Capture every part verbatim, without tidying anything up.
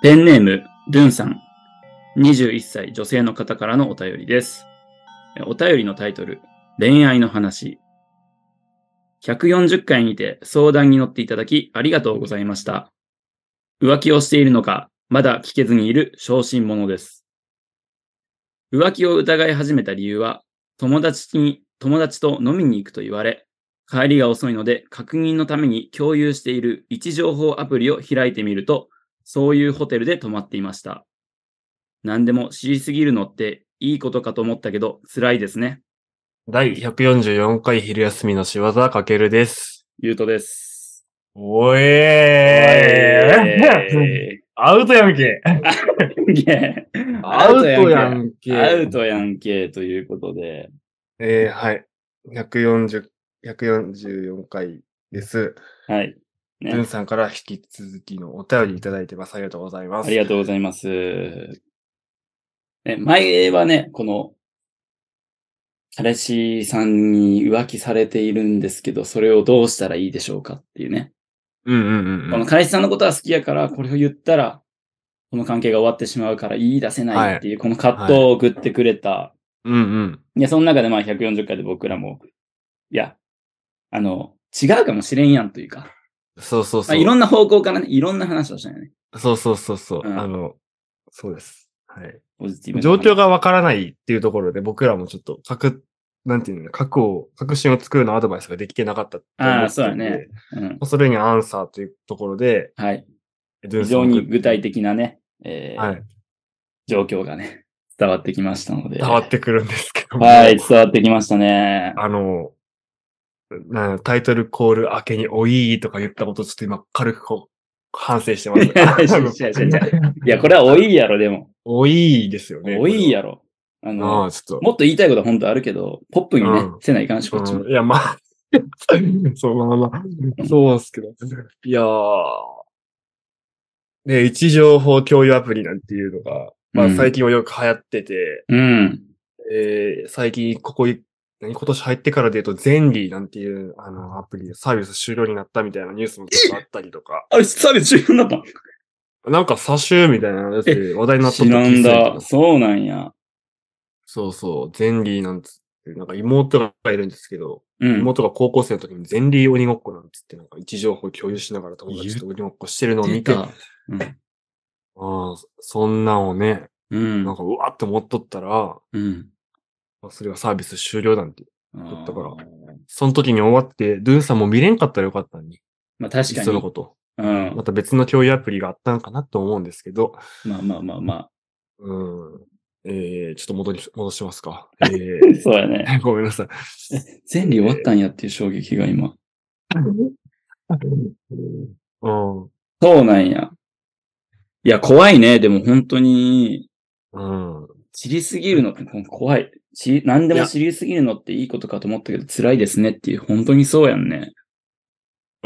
ペンネーム、ドゥンさん。にじゅういっさい女性の方からのお便りです。お便りのタイトル、恋愛の話。ひゃくよんじゅっかいにて相談に乗っていただきありがとうございました。浮気をしているのか、まだ聞けずにいる小心者です。浮気を疑い始めた理由は、友達に、友達と飲みに行くと言われ、帰りが遅いので確認のために共有している位置情報アプリを開いてみると、そういうホテルで泊まっていました。何でも知りすぎるのっていいことかと思ったけど、辛いですね。 だいひゃくよんじゅうよんかい昼休みの仕業かけるです。 ゆうとです。 おえーアウトやんけアウトやんけ。 アウトやんけ。 アウトやんけということで。 えー、はい。ひゃくよんじゅう、ひゃくよんじゅうよんかいです。 はい。 ね、ドゥンさんから引き続きのお便りいただいてます。ありがとうございます。 ありがとうございます。ね、前はね、この、彼氏さんに浮気されているんですけど、それをどうしたらいいでしょうかっていうね。 うんうんうんうん。 この彼氏さんのことは好きやから、これを言ったら、この関係が終わってしまうから言い出せないっていう、この葛藤を送ってくれた。はい、 うんうん。 いや、その中でまあひゃくよんじゅっかいで僕らも、いや、あの、違うかもしれんやんというか。 そうそうそう。 まあ、いろんな方向からね、いろんな話をしたよね。 そうそうそうそう、うん。あの、そうです。はい。ポジティブな状況がわからないっていうところで僕らもちょっと確、なんていうの、確を、確信を作るのアドバイスができてなかったと思ってるんで、ああ、そうやね。うん。それにアンサーというところで、 はい。非常に具体的なね、 えー、はい。 状況がね、伝わってきましたので。 伝わってくるんですけども。 はい、伝わってきましたね。 あの、なタイトルコール明けにおいーとか言ったことちょっと今軽くこう、反省してます。 いや、これはおいやろ、でも。 おいですよね。 おいやろ。あの、 あちょっともっと言いたいことは本当あるけど、ポップにね、うん、せないかんし、こっちも。 うん、いや、まあ、そう、まあまあ、そうですけど。いやー。で、位置情報共有アプリなんていうのが、まあ最近はよく流行ってて、 うん。 えー、最近ここ、何今年入ってからで言うと、ゼンリーなんていう、あの、アプリでサービス終了になったみたいなニュースもちょっとあったりとか。 あれ、サービス終了になったなんか、詐集みたいなやつで話題になったと知らんだ。そうなんや。 そうそう。ゼンリーなんつって、なんか妹がいるんですけど、うん、妹が高校生の時にゼンリー鬼ごっこなんつって、なんか位置情報共有しながら友達と鬼ごっこしてるのを見て、うん、ああ、そんなんをね、うん、なんかうわって思っとったら、うん、それがサービス終了なんて言ったから、その時に終わって、ドゥンさんも見れんかったらよかったのに。 まあ確かに。 いっそのこと。うん。また別の共有アプリがあったのかなと思うんですけど。 まあまあまあまあ。 うん。えー、ちょっと戻り、戻しますか。えー、 そうやね。 ごめんなさい。 全理終わったんやっていう衝撃が今。 うん。 そうなんや。いや、怖いね。でも本当に、うん。知りすぎるのって怖い。知何でも知りすぎるのっていいことかと思ったけど辛いですねっていう、本当にそうやんね。 うん、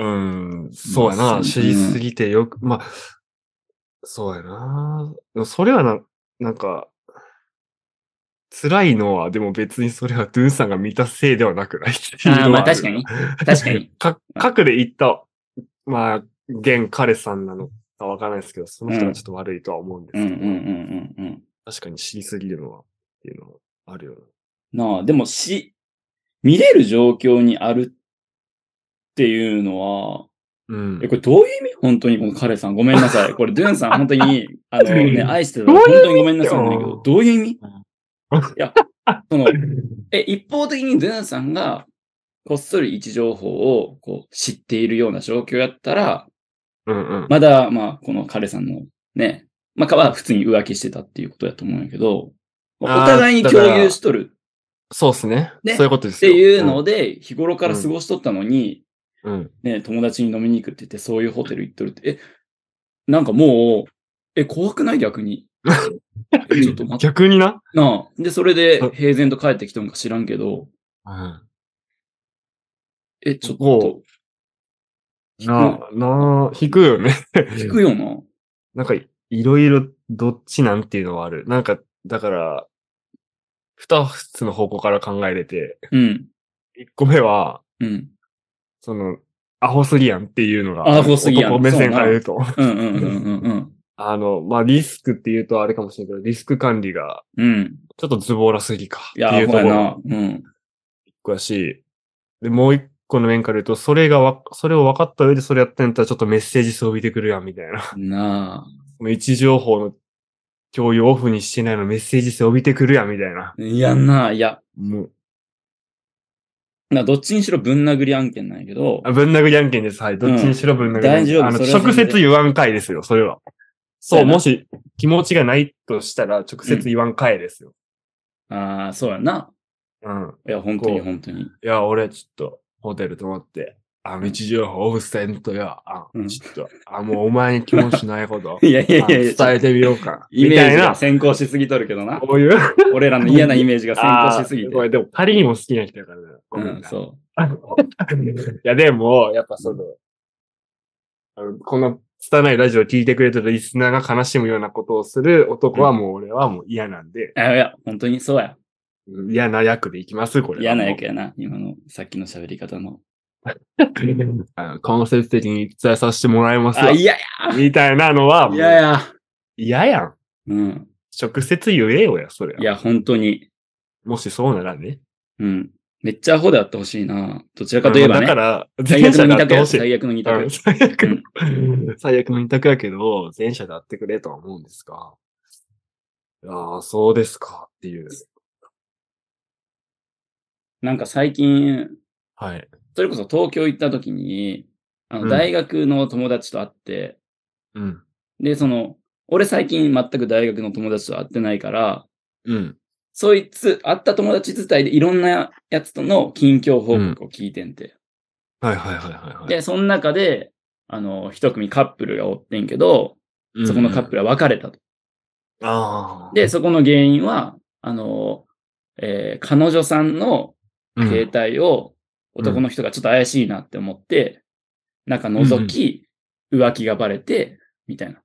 そうやな。知りすぎてよく、まあ、そうやな。それはな、なんか、辛いのは、でも別にそれはドゥンさんが見たせいではなくないっていうのはあああ、まあ確かに。確かに。 か、核で言った、まあ、現彼さんなのかわからないですけど、その人がちょっと悪いとは思うんですけど。うんうんうんうんうん。確かに知りすぎるのは、っていうのはあるよな。なあ、でもし、見れる状況にあるっていうのは、うん。え、これどういう意味本当にこの彼さん。ごめんなさい。これ、ドゥンさん本当に、あのね、愛してたら本当にごめんなさいなんだけど、どういう意味いや、その、え、一方的にドゥンさんが、こっそり位置情報をこう知っているような状況やったら、 うんうん、 まだ、まあ、この彼さんのね、まあ、は普通に浮気してたっていうことやと思うんやけど、お互いに共有しとる。 そうですね。ね。そういうことですよ。っていうので、日頃から過ごしとったのに、うん、ね、友達に飲みに行くって言って、そういうホテル行っとるって、え、なんかもう、え、怖くない逆に。え、ちょっと待って。 逆にななあ。で、それで平然と帰ってきたのか知らんけど、うん、え、ちょっと。 なあ、なあ、引くよね。 引くよな。 なんか、いろいろどっちなんていうのはある。なんか、だから、二つの方向から考えれて、うん。一個目は、うん。その、アホすぎやんっていうのが、 アホすぎやん。 男目線から言うと。 うんうんうんうんうん。 あの、まあ、リスクって言うとあれかもしれないけど、リスク管理が、 うん。 ちょっとズボラすぎか。 いや、 っていうところ。 な。うん。 一個やし、で、もう一個の面から言うと、それがわ、それを分かった上でそれやってんだったらちょっとメッセージ性を帯びてくるやん、みたいな。 なあ。 その位置情報の共有オフにしてないのメッセージ性を帯びてくるやん、みたいな。 いやな、いや。 もう。 な、どっちにしろぶん殴り案件なんやけど。 あ、ぶん殴り案件です。はい。どっちにしろぶん殴り案件。 大丈夫。 あの、直接言わんかいですよ、それは。そう、もし気持ちがないとしたら直接言わんかいですよ。 うん、ああ、そうやな。 うん。 いや、本当に本当に。いや、俺ちょっとホテル泊まって、あの、位置情報オフせんとよ、あ、うん、ちょっと、あ、もうお前に気持ちないこといやいやいやいや伝えてみようか。 イメージが先行しすぎとるけどな。 こういう俺らの嫌なイメージが先行しすぎて。 これでも仮にも好きな人だからね。 うん、そう。 いや、でも、やっぱその、あのこの拙いラジオを聞いてくれてるリスナーが悲しむようなことをする男はもう俺はもう嫌なんで。 うん、いや、本当にそうや。 嫌な役でいきますこれ。 嫌な役やな。今の、さっきの喋り方の。 あの間接的に伝えさせてもらいますわ。 あ、嫌やみたいなのは、 嫌や。 嫌やん。 うん。 直接言えよや、それ。 いや、本当に。 もしそうならね。 うん。めっちゃアホであってほしいな。どちらかといえばね。 だから、 最悪の二択や。最悪の二択。 最悪、うん、最悪の二択やけど、前者であってくれとは思うんですが。ああ、そうですかっていう。 なんか最近、 はい。 それこそ東京行った時に、あの、大学の友達と会って、 うん。 で、その、俺最近全く大学の友達と会ってないから、 うん。 そいつ、会った友達自体でいろんなやつとの近況報告を聞いてんて。 うん、はいはいはいはい、はい。 で、その中で、あの、一組カップルがおってんけど、うんうん、そこのカップルは別れたと。 あで、そこの原因は、あの、えー、彼女さんの携帯を男の人がちょっと怪しいなって思って、うん、なんか覗き、うんうん、浮気がバレて、みたいな。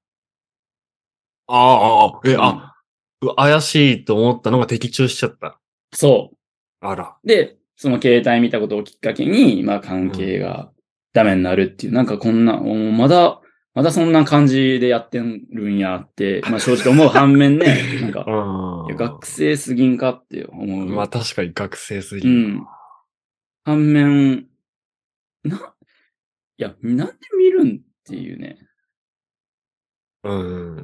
ああ、え、うん、あ、怪しいと思ったのが的中しちゃった。 そう。 あら。 で、その携帯見たことをきっかけに、まあ関係がダメになるっていう、うん、なんかこんな、まだ、まだそんな感じでやってるんやって、まあ正直思う反面ね、なんか、いや学生すぎんかって思う。 まあ確かに学生すぎる。うん。 反面、な、いや、なんで見るんっていうね。 うん。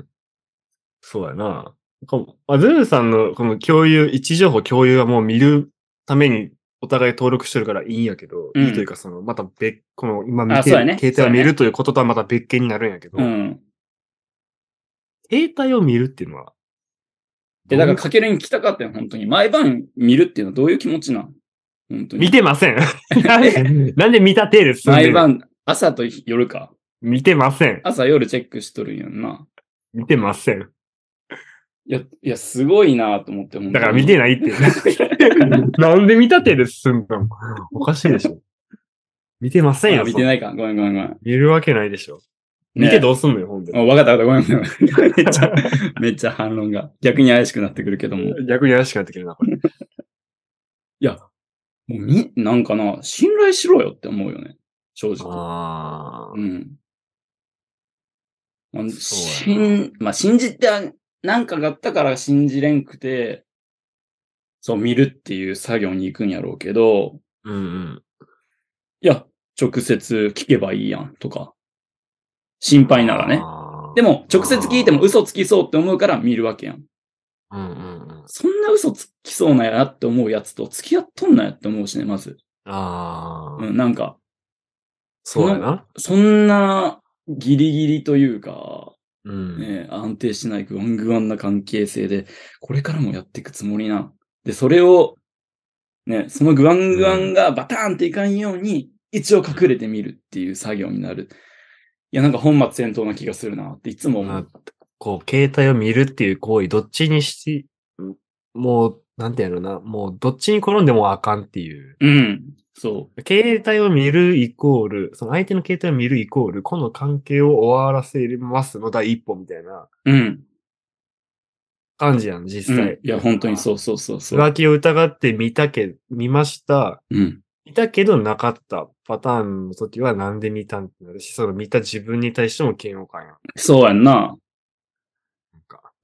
そうやな。まあ、ズーさんのこの共有、位置情報共有はもう見るためにお互い登録してるからいいんやけど、うん、いいというかその、また別、この今見てる、ね、携帯を見るということとはまた別件になるんやけど、うん、携帯を見るっていうのはえ、だからかけるに来たかったよ、本当に。毎晩見るっていうのはどういう気持ちなの本当に。 見てません。なんで見たてです毎晩、朝と夜か。 見てません。 朝夜チェックしとるんやんな。 見てません。 いや、いや、すごいなと思って、 だから見てないって。なんで見たてで済んだのおかしいでしょ。見てませんよ。 見てないか。ごめんごめんごめん。 見るわけないでしょ。見てどうすんのよ、ほんで。 わかったわかった。ごめんごめん。めっちゃ、めっちゃ反論が。逆に怪しくなってくるけども。 逆に怪しくなってくるな、これ。 いや、もうみ、なんかな、信頼しろよって思うよね。正直。ああ。うん。まあ、信、まあ、信じて、なんかがあったから信じれんくて、そう、見るっていう作業に行くんやろうけど、 うんうん。 いや、直接聞けばいいやん、とか。心配ならね。でも、直接聞いても嘘つきそうって思うから見るわけやん。 うんうんうん、 そんな嘘つきそうなやって思うやつと付き合っとんなやって思うしね、まず。 ああ。 うん、なんか。 そうやな。 そんなギリギリというか、 うん、 ね、安定しないグワングワンな関係性で、これからもやっていくつもりな。で、それを、ね、そのグワングワンがバターンっていかんように、一応隠れてみるっていう作業になる。いや、なんか本末転倒な気がするなっていつも思う。まあ、 こう、携帯を見るっていう行為、どっちにし、もう、なんていうのな、もう、どっちに転んでもあかんっていう。 うん。そう。 携帯を見るイコール、その相手の携帯を見るイコール、この関係を終わらせますの第一歩みたいな。 うん。 感じやん、実際。うん、 いや、本当にそうそうそうそう。 浮気を疑って見たけ、見ました。 うん。 見たけどなかったパターンの時はなんで見たんってなるし、その見た自分に対しても嫌悪感や。 そうやんな。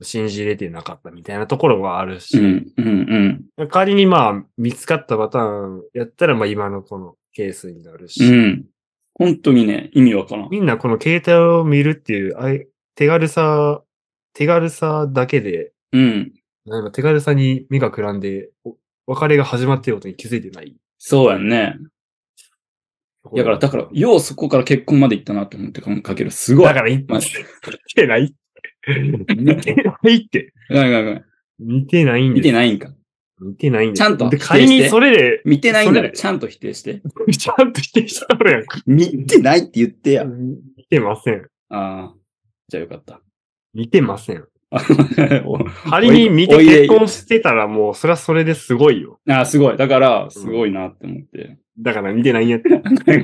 信じれてなかったみたいなところはあるし、 うんうんうん、 仮にまあ見つかったパターンやったらまあ今のこのケースになるし、 うん、本当にね、意味わからん。 みんなこの携帯を見るっていうあい手軽さ、手軽さだけで、 うん。 なんか手軽さに目がくらんで、別れが始まっていることに気づいてない。 そうやんね。だから、だから、ようそこから結婚まで行ったなと思ってかける。すごい。 だから、見てない。見てないって。 ごめんごめんごめん。 見てないんです。 見てないんか。 見てないんです。 ちゃんとで、仮にそれで。 見てないんだらちゃんと否定して。 ちゃんと否定したのやんか。 見てないって言ってや。 見てません。 ああ。じゃあよかった。 見てません。仮に見て結婚してたらもう、それはそれですごいよ。 ああ、すごい。だから、すごいなって思って。 うん、だから見てないんやって。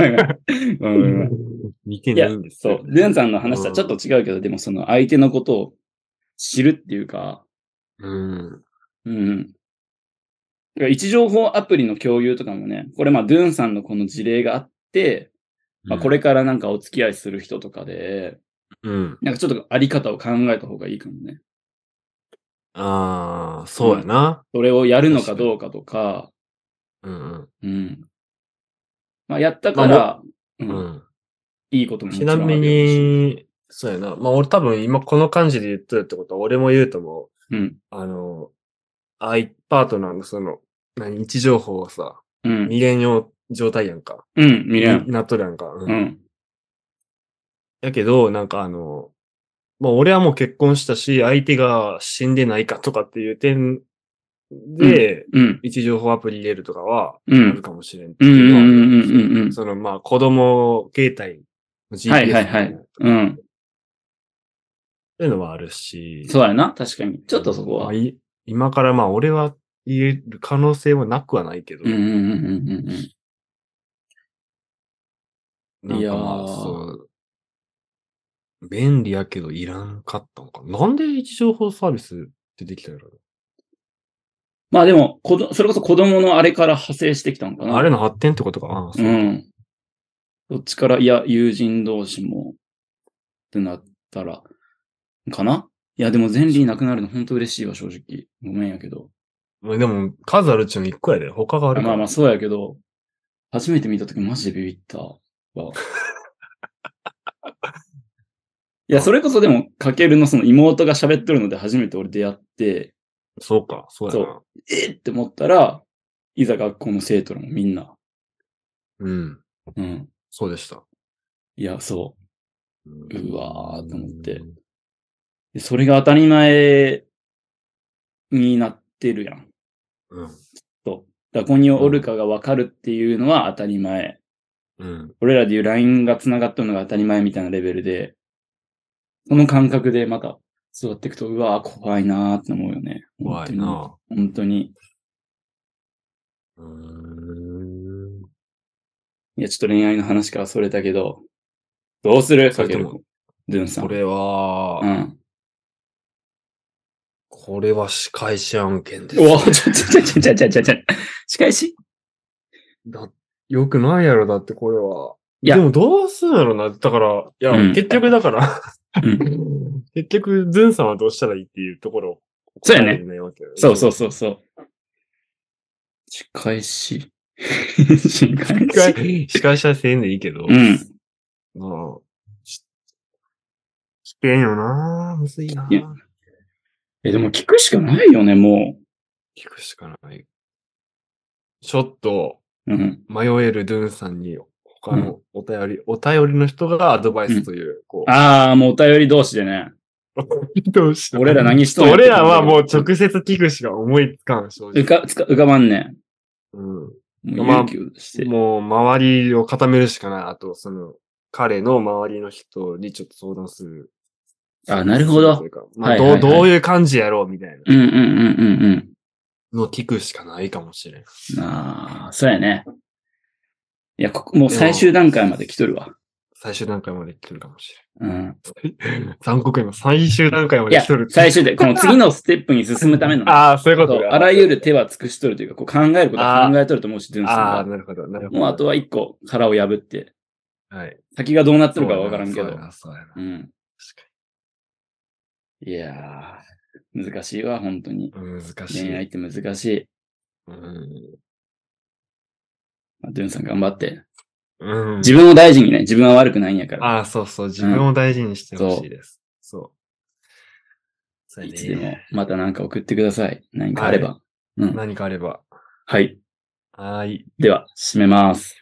見てないんですよ。そう。デンさんの話とはちょっと違うけど、うん、でもその相手のことを知るっていうか、 うん。 うん。位置情報アプリの共有とかもね、これまあ、ドゥンさんのこの事例があって、まあ、これからなんかお付き合いする人とかで、 うん。 なんかちょっとあり方を考えた方がいいかもね。 ああ、そうやな、 うん。それをやるのかどうかとか、 うんうん。 うん。まあ、やったから、まあ、うん、うん。いいことももちろんあるし。ちなみに、そうやな。まあ、俺多分今この感じで言ってるってことは、俺も言うと思う。うん。 あの、相パートナーのその、何、位置情報をさ、 うん。 見れんよう状態やんか。 うん、見れん。 なっとるやんか。 うん。うん、 やけど、なんかあの、まあ俺はもう結婚したし、相手が死んでないかとかっていう点で、 うん。 位置情報アプリ入れるとかは、あるかもしれんっていうのはある。 うんうん。 その、まあ子供携帯の ジーピーエスはいはいはい。うん。 そういうのはあるし。 そうやな、確かに。ちょっとそこは。まあ、 今からまあ俺は言える可能性はなくはないけど。 うんうんうんうんうん。なんかまあ、そう。便利やけどいらんかったのか。なんで位置情報サービスってできたんやろ。 まあでも、こど、それこそ子供のあれから派生してきたのかな。 あれの発展ってことかな。 うん。どっちから、いや、友人同士も、ってなったら、かないや、でも前理なくなるの本当嬉しいわ、正直。ごめんやけど。 でも、数あるうちの一個やで。他があるから。 まあまあ、そうやけど、初めて見たときマジでビビったわ。いや、それこそでも、かけるのその妹が喋ってるので初めて俺出会って、 そうか、そうやな。そう。 えー、って思ったら、いざ学校の生徒らもみんな。 うん。 うん。 そうでした。 いや、そう。うわーと思って。でそれが当たり前になってるやん。 うん。 と。どこにおるかがわかるっていうのは当たり前。 うん。 俺らでいう ライン が繋がったのが当たり前みたいなレベルで、その感覚でまた育っていくと、うわー怖いなーって思うよね。 怖いな。 本当に。 うーん。 いや、ちょっと恋愛の話からそれたけど、どうするかけるドゥンさん。 これは、 うん。 これは仕返し案件です、 ね。おちょ、ちょ、ちょ、ちょ、ちょ、ちょ、ちょ、ちょ、仕返しだ、よくないやろ、だってこれは。いや。でもどうするんやろな。だから、いや、うん、結局だから、うん、結局、ズンさんはどうしたらいいっていうところをそうやね。そうそうそうそう。仕返し。仕返し。 仕返しはせんでいいけど。 うん。 まあ、聞けんよなむずいなえ、でも聞くしかないよね、もう。 聞くしかない。ちょっと、迷えるドゥンさんに、他のお便り、うん、お便りの人がアドバイスという、うん、こう。 ああ、もうお便り同士でね。 同士俺ら何しとんの俺らはもう直接聞くしか思いつかん、正直。 浮か、つか、浮かばんね。 うん。もう勇気をして。 まあ、もう周りを固めるしかない。あと、その、彼の周りの人にちょっと相談する。 あ、なるほど。 まあ、どう、どういう感じやろうみたいな。 うんうんうんうんうん。 の聞くしかないかもしれん。 ああ、そうやね。いや、ここ、もう最終段階まで来とるわ。 最終段階まで来とるかもしれん。うん。 残酷今、最終段階まで来とる。 いや、最終で、この次のステップに進むための。 ああ、そういうことあらゆる手は尽くしとるというか、こう考えることは考えとると思うし、ドゥンさんが。 ああ、なるほど、なるほど。 もうあとは一個殻を破って。 はい。 先がどうなってるかはわからんけど。 そうやな、そうやな。 うん。確かいやー、難しいわ、本当に。 難しい。 恋愛って難しい。 うん。 まあ、ドゥンさん頑張って。 うん。 自分を大事にね、自分は悪くないんやから。 ああ、そうそう、自分を大事にしてほしいです。うん、そう。そういつでもまた何か送ってください。何かあれば。 はい、 うん。 何かあれば。 はい。 はい。 では、締めます。